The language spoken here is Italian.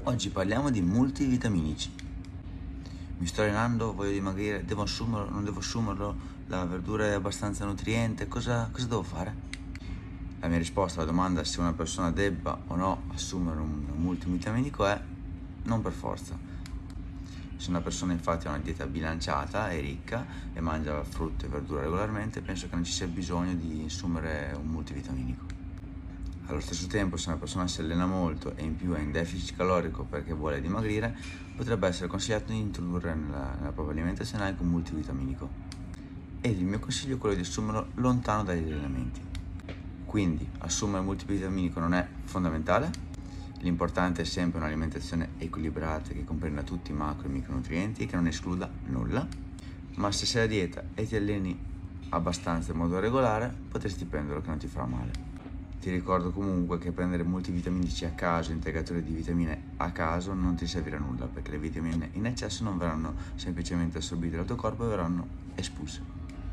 Oggi parliamo di multivitaminici. Mi sto allenando, voglio dimagrire, devo assumerlo, non devo assumerlo? La verdura è abbastanza nutriente, cosa devo fare? La mia risposta alla domanda se una persona debba o no assumere un multivitaminico è non per forza. Se una persona infatti ha una dieta bilanciata e ricca e mangia frutta e verdura regolarmente, penso che non ci sia bisogno di assumere un multivitaminico. Allo stesso tempo, se una persona si allena molto e in più è in deficit calorico perché vuole dimagrire, potrebbe essere consigliato di introdurre nella propria alimentazione anche un multivitaminico. Ed il mio consiglio è quello di assumerlo lontano dagli allenamenti. Quindi, assumere il multivitaminico non è fondamentale. L'importante è sempre un'alimentazione equilibrata che comprenda tutti i macro e micronutrienti e che non escluda nulla. Ma se sei a dieta e ti alleni abbastanza in modo regolare, potresti prenderlo che non ti farà male. Ti ricordo comunque che prendere multivitaminici a caso, integratori di vitamine a caso, non ti servirà a nulla, perché le vitamine in eccesso non verranno semplicemente assorbite dal tuo corpo e verranno espulse.